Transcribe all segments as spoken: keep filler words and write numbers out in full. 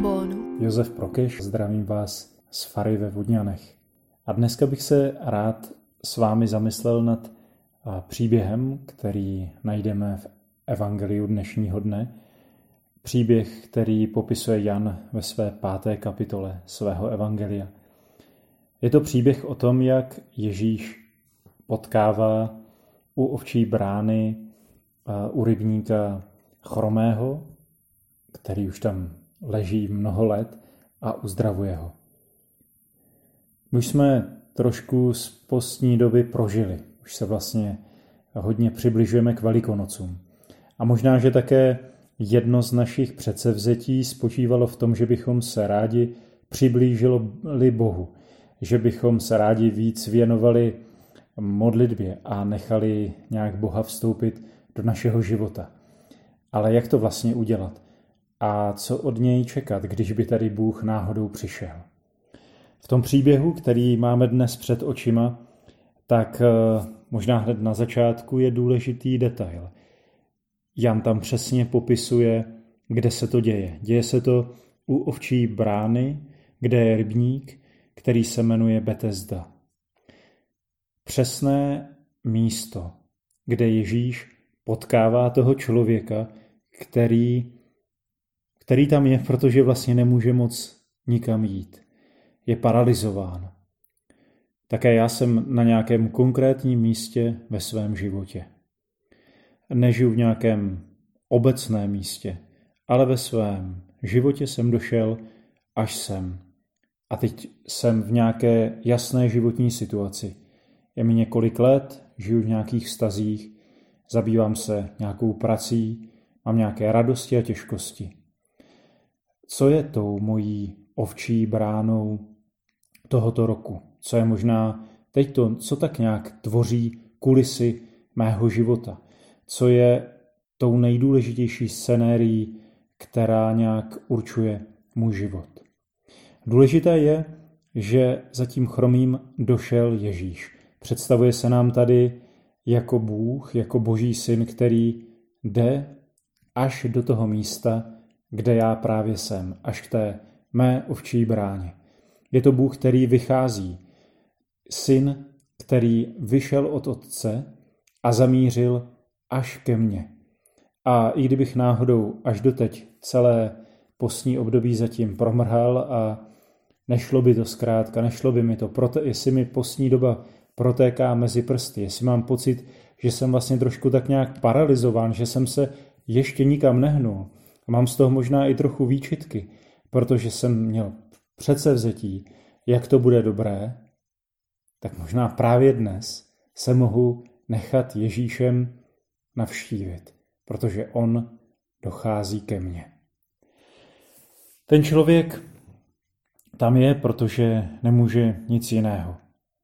trombónu. Josef Prokeš, zdravím vás z fary ve Vodňanech. A dneska bych se rád s vámi zamyslel nad příběhem, který najdeme v evangeliu dnešního dne. Příběh, který popisuje Jan ve své páté kapitole svého evangelia. Je to příběh o tom, jak Ježíš potkává u ovčí brány u rybníka chromého, který už tam leží mnoho let, a uzdravuje ho. My už jsme trošku z postní doby prožili. Už se vlastně hodně přibližujeme k Velikonocům. A možná, že také jedno z našich předsevzetí spočívalo v tom, že bychom se rádi přiblížili Bohu, že bychom se rádi víc věnovali modlitbě a nechali nějak Boha vstoupit do našeho života. Ale jak to vlastně udělat? A co od něj čekat, když by tady Bůh náhodou přišel? V tom příběhu, který máme dnes před očima, tak možná hned na začátku je důležitý detail. Jan tam přesně popisuje, kde se to děje. Děje se to u ovčí brány, kde je rybník, který se jmenuje Betesda. Přesné místo, kde Ježíš potkává toho člověka, který, který tam je, protože vlastně nemůže moc nikam jít. Je paralyzován. Také já jsem na nějakém konkrétním místě ve svém životě. Nežiju v nějakém obecném místě, ale ve svém životě jsem došel až sem. A teď jsem v nějaké jasné životní situaci. Je mi několik let, žiju v nějakých vztazích, zabývám se nějakou prací, mám nějaké radosti a těžkosti. Co je tou mojí ovčí bránou tohoto roku? Co je možná teď to, co tak nějak tvoří kulisy mého života? Co je tou nejdůležitější scenérií, která nějak určuje můj život? Důležité je, že za tím chromým došel Ježíš. Představuje se nám tady jako Bůh, jako Boží syn, který jde až do toho místa, kde já právě jsem, až k té mé ovčí bráně. Je to Bůh, který vychází. Syn, který vyšel od Otce a zamířil až ke mně. A i kdybych náhodou až doteď celé postní období zatím promrhal a nešlo by to zkrátka, nešlo by mi to, proto, jestli mi postní doba protéká mezi prsty, jestli mám pocit, že jsem vlastně trošku tak nějak paralyzován, že jsem se ještě nikam nehnul. A mám z toho možná i trochu výčitky, protože jsem měl předsevzetí, jak to bude dobré, tak možná právě dnes se mohu nechat Ježíšem navštívit, protože on dochází ke mně. Ten člověk tam je, protože nemůže nic jiného.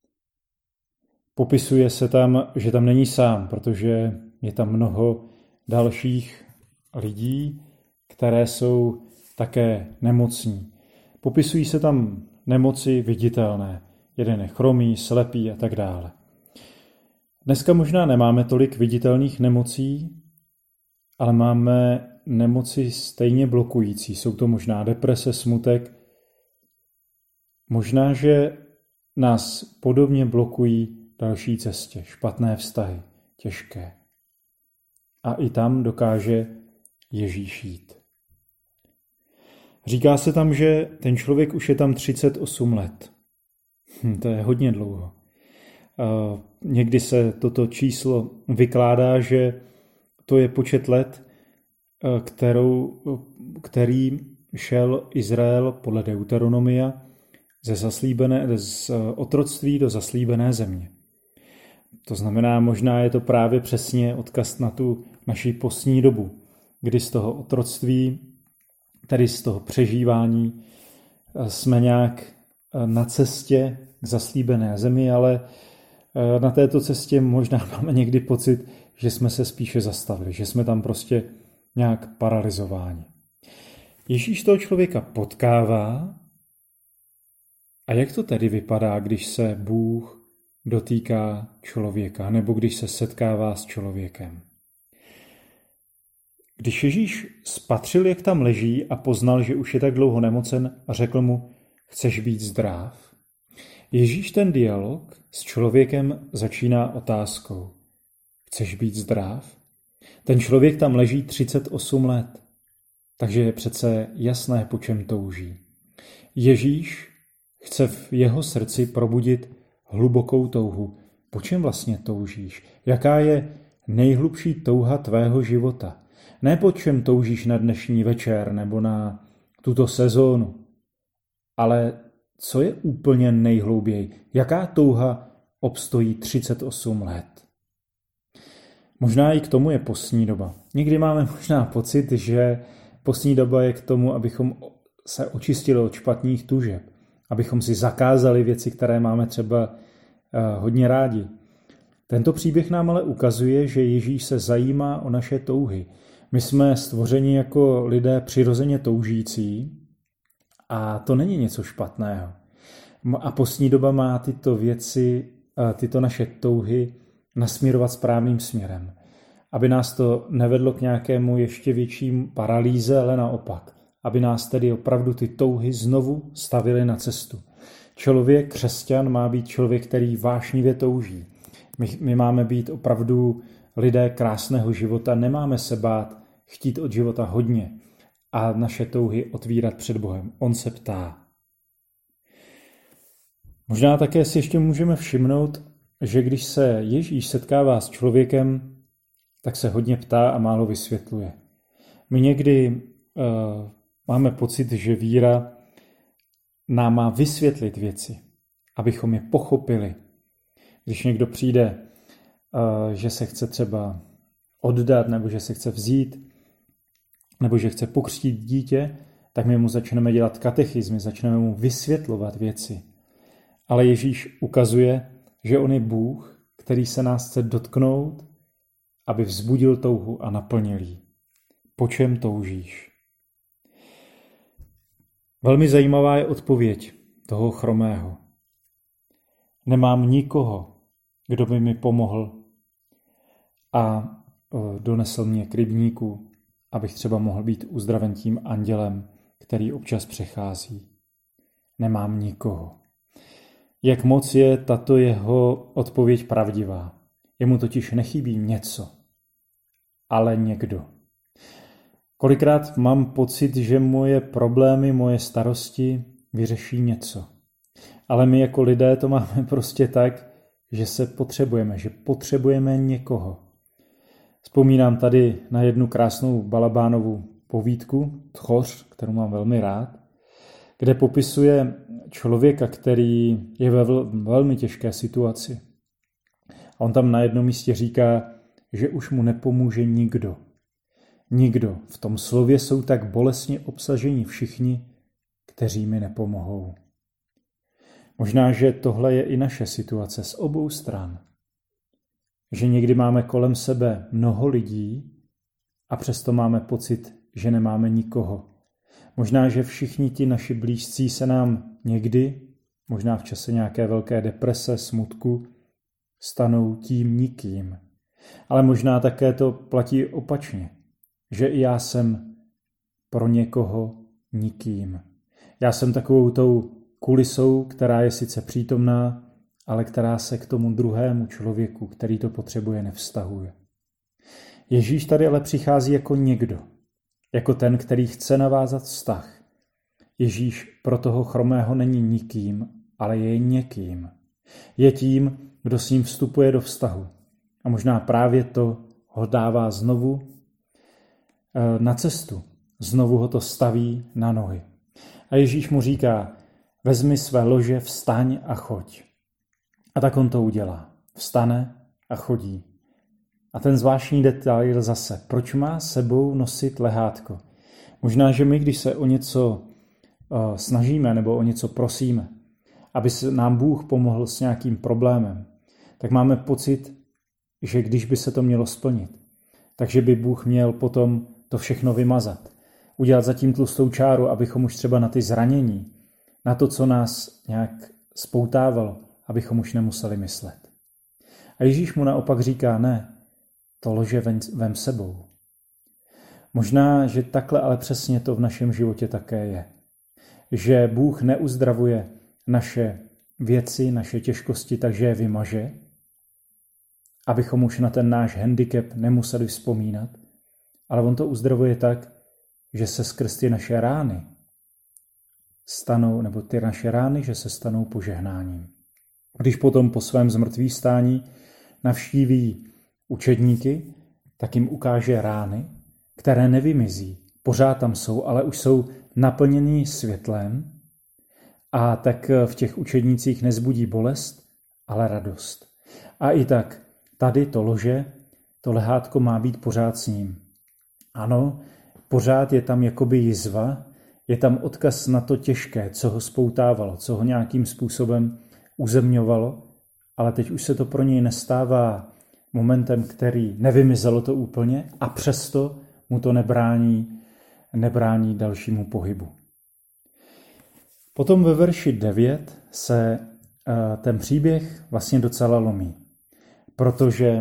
Popisuje se tam, že tam není sám, protože je tam mnoho dalších lidí, které jsou také nemocní. Popisují se tam nemoci viditelné. Jeden je chromý, slepý a tak dále. Dneska možná nemáme tolik viditelných nemocí, ale máme nemoci stejně blokující. Jsou to možná deprese, smutek. Možná, že nás podobně blokují další cestě, špatné vztahy, těžké. A i tam dokáže Ježíš jít. Říká se tam, že ten člověk už je tam třicet osm let. Hm, to je hodně dlouho. Uh, někdy se toto číslo vykládá, že to je počet let, uh, kterou, který šel Izrael podle Deuteronomia ze zaslíbené, z otroctví do zaslíbené země. To znamená, možná je to právě přesně odkaz na tu naši postní dobu, kdy z toho otroctví, tedy z toho přežívání, jsme nějak na cestě k zaslíbené zemi, ale na této cestě možná máme někdy pocit, že jsme se spíše zastavili, že jsme tam prostě nějak paralyzováni. Ježíš toho člověka potkává. A jak to tedy vypadá, když se Bůh dotýká člověka, nebo když se setkává s člověkem? Když Ježíš spatřil, jak tam leží a poznal, že už je tak dlouho nemocen, a řekl mu, chceš být zdrav? Ježíš ten dialog s člověkem začíná otázkou. Chceš být zdrav? Ten člověk tam leží třicet osm let, takže je přece jasné, po čem touží. Ježíš chce v jeho srdci probudit hlubokou touhu. Po čem vlastně toužíš? Jaká je nejhlubší touha tvého života? Ne po čem toužíš na dnešní večer nebo na tuto sezónu, ale co je úplně nejhlouběji? Jaká touha obstojí třicet osm let? Možná i k tomu je postní doba. Někdy máme možná pocit, že postní doba je k tomu, abychom se očistili od špatných tužeb, abychom si zakázali věci, které máme třeba hodně rádi. Tento příběh nám ale ukazuje, že Ježíš se zajímá o naše touhy. My jsme stvořeni jako lidé přirozeně toužící a to není něco špatného. A postní doba má tyto věci, tyto naše touhy nasměrovat správným směrem. Aby nás to nevedlo k nějakému ještě větším paralýze, ale naopak. Aby nás tedy opravdu ty touhy znovu stavily na cestu. Člověk, křesťan, má být člověk, který vášnivě touží. My, my máme být opravdu lidé krásného života, nemáme se bát chtít od života hodně a naše touhy otvírat před Bohem. On se ptá. Možná také si ještě můžeme všimnout, že když se Ježíš setkává s člověkem, tak se hodně ptá a málo vysvětluje. My někdy uh, máme pocit, že víra nám má vysvětlit věci, abychom je pochopili. Když někdo přijde, uh, že se chce třeba oddat, nebo že se chce vzít, nebo že chce pokřtít dítě, tak my mu začneme dělat katechizmy, začneme mu vysvětlovat věci. Ale Ježíš ukazuje, že on je Bůh, který se nás chce dotknout, aby vzbudil touhu a naplnil ji. Po čem toužíš? Velmi zajímavá je odpověď toho chromého. Nemám nikoho, kdo by mi pomohl a donesl mě k rybníku, abych třeba mohl být uzdraven tím andělem, který občas přechází. Nemám nikoho. Jak moc je tato jeho odpověď pravdivá. Jemu totiž nechybí něco, ale někdo. Kolikrát mám pocit, že moje problémy, moje starosti vyřeší něco. Ale my jako lidé to máme prostě tak, že se potřebujeme, že potřebujeme někoho. Vzpomínám tady na jednu krásnou Balabánovu povídku, Tchoř, kterou mám velmi rád, kde popisuje člověka, který je ve velmi těžké situaci. A on tam na jednom místě říká, že už mu nepomůže nikdo. Nikdo. V tom slově jsou tak bolestně obsaženi všichni, kteří mi nepomohou. Možná, že tohle je i naše situace z obou stran. Že někdy máme kolem sebe mnoho lidí a přesto máme pocit, že nemáme nikoho. Možná, že všichni ti naši blízcí se nám někdy, možná v čase nějaké velké deprese, smutku, stanou tím nikým. Ale možná také to platí opačně, že i já jsem pro někoho nikým. Já jsem takovou tou kulisou, která je sice přítomná, ale která se k tomu druhému člověku, který to potřebuje, nevztahuje. Ježíš tady ale přichází jako někdo, jako ten, který chce navázat vztah. Ježíš pro toho chromého není nikým, ale je někým. Je tím, kdo s ním vstupuje do vztahu. A možná právě to ho dává znovu na cestu. Znovu ho to staví na nohy. A Ježíš mu říká, vezmi své lože, vstaň a choď. A tak on to udělá. Vstane a chodí. A ten zvláštní detail zase. Proč má sebou nosit lehátko? Možná, že my, když se o něco uh, snažíme nebo o něco prosíme, aby se nám Bůh pomohl s nějakým problémem, tak máme pocit, že když by se to mělo splnit, takže by Bůh měl potom to všechno vymazat. Udělat zatím tlustou čáru, abychom už třeba na ty zranění, na to, co nás nějak spoutávalo, abychom už nemuseli myslet. A Ježíš mu naopak říká, ne, to lože vem, vem sebou. Možná, že takhle, ale přesně to v našem životě také je. Že Bůh neuzdravuje naše věci, naše těžkosti, takže je vymaže, abychom už na ten náš handicap nemuseli vzpomínat, ale on to uzdravuje tak, že se skrz ty naše rány stanou, nebo ty naše rány, že se stanou požehnáním. Když potom po svém zmrtvýchvstání navštíví učedníky, tak jim ukáže rány, které nevymizí. Pořád tam jsou, ale už jsou naplněný světlem a tak v těch učednících nezbudí bolest, ale radost. A i tak tady to lože, to lehátko má být pořád s ním. Ano, pořád je tam jakoby jizva, je tam odkaz na to těžké, co ho spoutávalo, co ho nějakým způsobem uzemňovalo, ale teď už se to pro něj nestává momentem, který nevymizelo to úplně a přesto mu to nebrání, nebrání dalšímu pohybu. Potom ve verši devět se ten příběh vlastně docela lomí, protože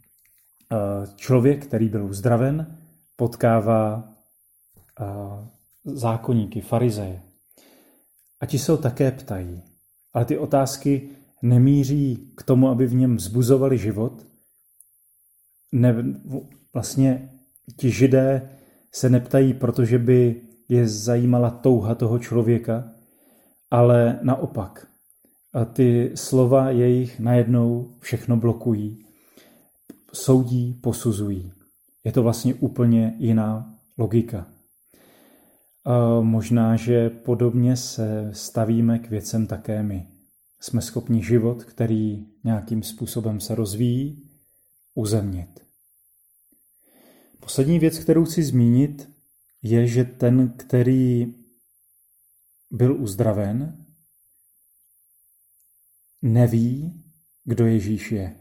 člověk, který byl uzdraven, potkává zákonníky, farizeje. A ti se ho také ptají, ale ty otázky nemíří k tomu, aby v něm vzbuzovali život. Ne, vlastně ti Židé se neptají, protože by je zajímala touha toho člověka, ale naopak. A ty slova jejich najednou všechno blokují, soudí, posuzují. Je to vlastně úplně jiná logika. A možná, že podobně se stavíme k věcem také my. Jsme schopni život, který nějakým způsobem se rozvíjí, uzemnit. Poslední věc, kterou chci zmínit, je, že ten, který byl uzdraven, neví, kdo Ježíš je.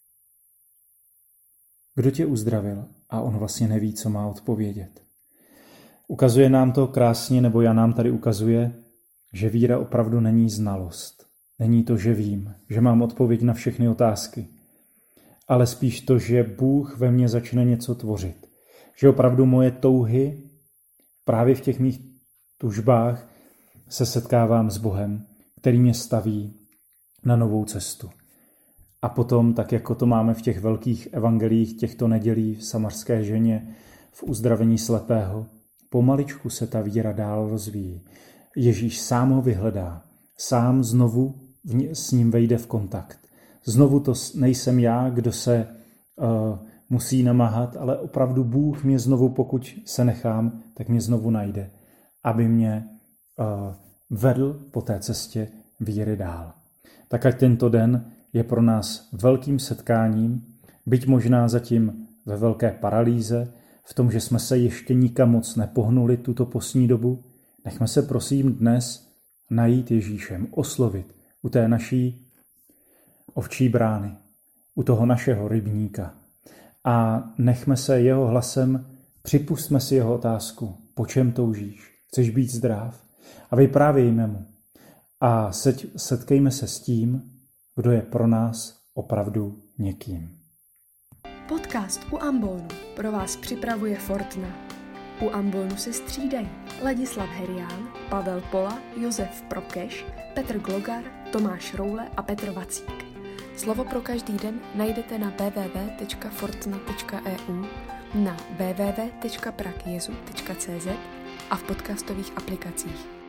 Kdo tě uzdravil? A on vlastně neví, co má odpovědět. Ukazuje nám to krásně, nebo Jan nám tady ukazuje, že víra opravdu není znalost. Není to, že vím, že mám odpověď na všechny otázky, ale spíš to, že Bůh ve mně začne něco tvořit. Že opravdu moje touhy, právě v těch mých tužbách, se setkávám s Bohem, který mě staví na novou cestu. A potom, tak jako to máme v těch velkých evangelích, těchto nedělí v samařské ženě, v uzdravení slepého, pomaličku se ta víra dál rozvíjí. Ježíš sám ho vyhledá, sám znovu s ním vejde v kontakt. Znovu to nejsem já, kdo se uh, musí namáhat, ale opravdu Bůh mě znovu, pokud se nechám, tak mě znovu najde, aby mě uh, vedl po té cestě víry dál. Tak ať tento den je pro nás velkým setkáním, byť možná zatím ve velké paralýze, v tom, že jsme se ještě nikam moc nepohnuli tuto postní dobu, nechme se prosím dnes najít Ježíšem, oslovit u té naší ovčí brány, u toho našeho rybníka. A nechme se jeho hlasem, připustme si jeho otázku, po čem toužíš, chceš být zdrav? A vyprávějme mu. A setkejme se s tím, kdo je pro nás opravdu někým. Podcast u ambonu pro vás připravuje Fortna. U ambonu se střídají Ladislav Herián, Pavel Pola, Josef Prokeš, Petr Glogar, Tomáš Roule a Petr Vacík. Slovo pro každý den najdete na w w w tečka fortna tečka e u, na w w w tečka pragjezu tečka c z a v podcastových aplikacích.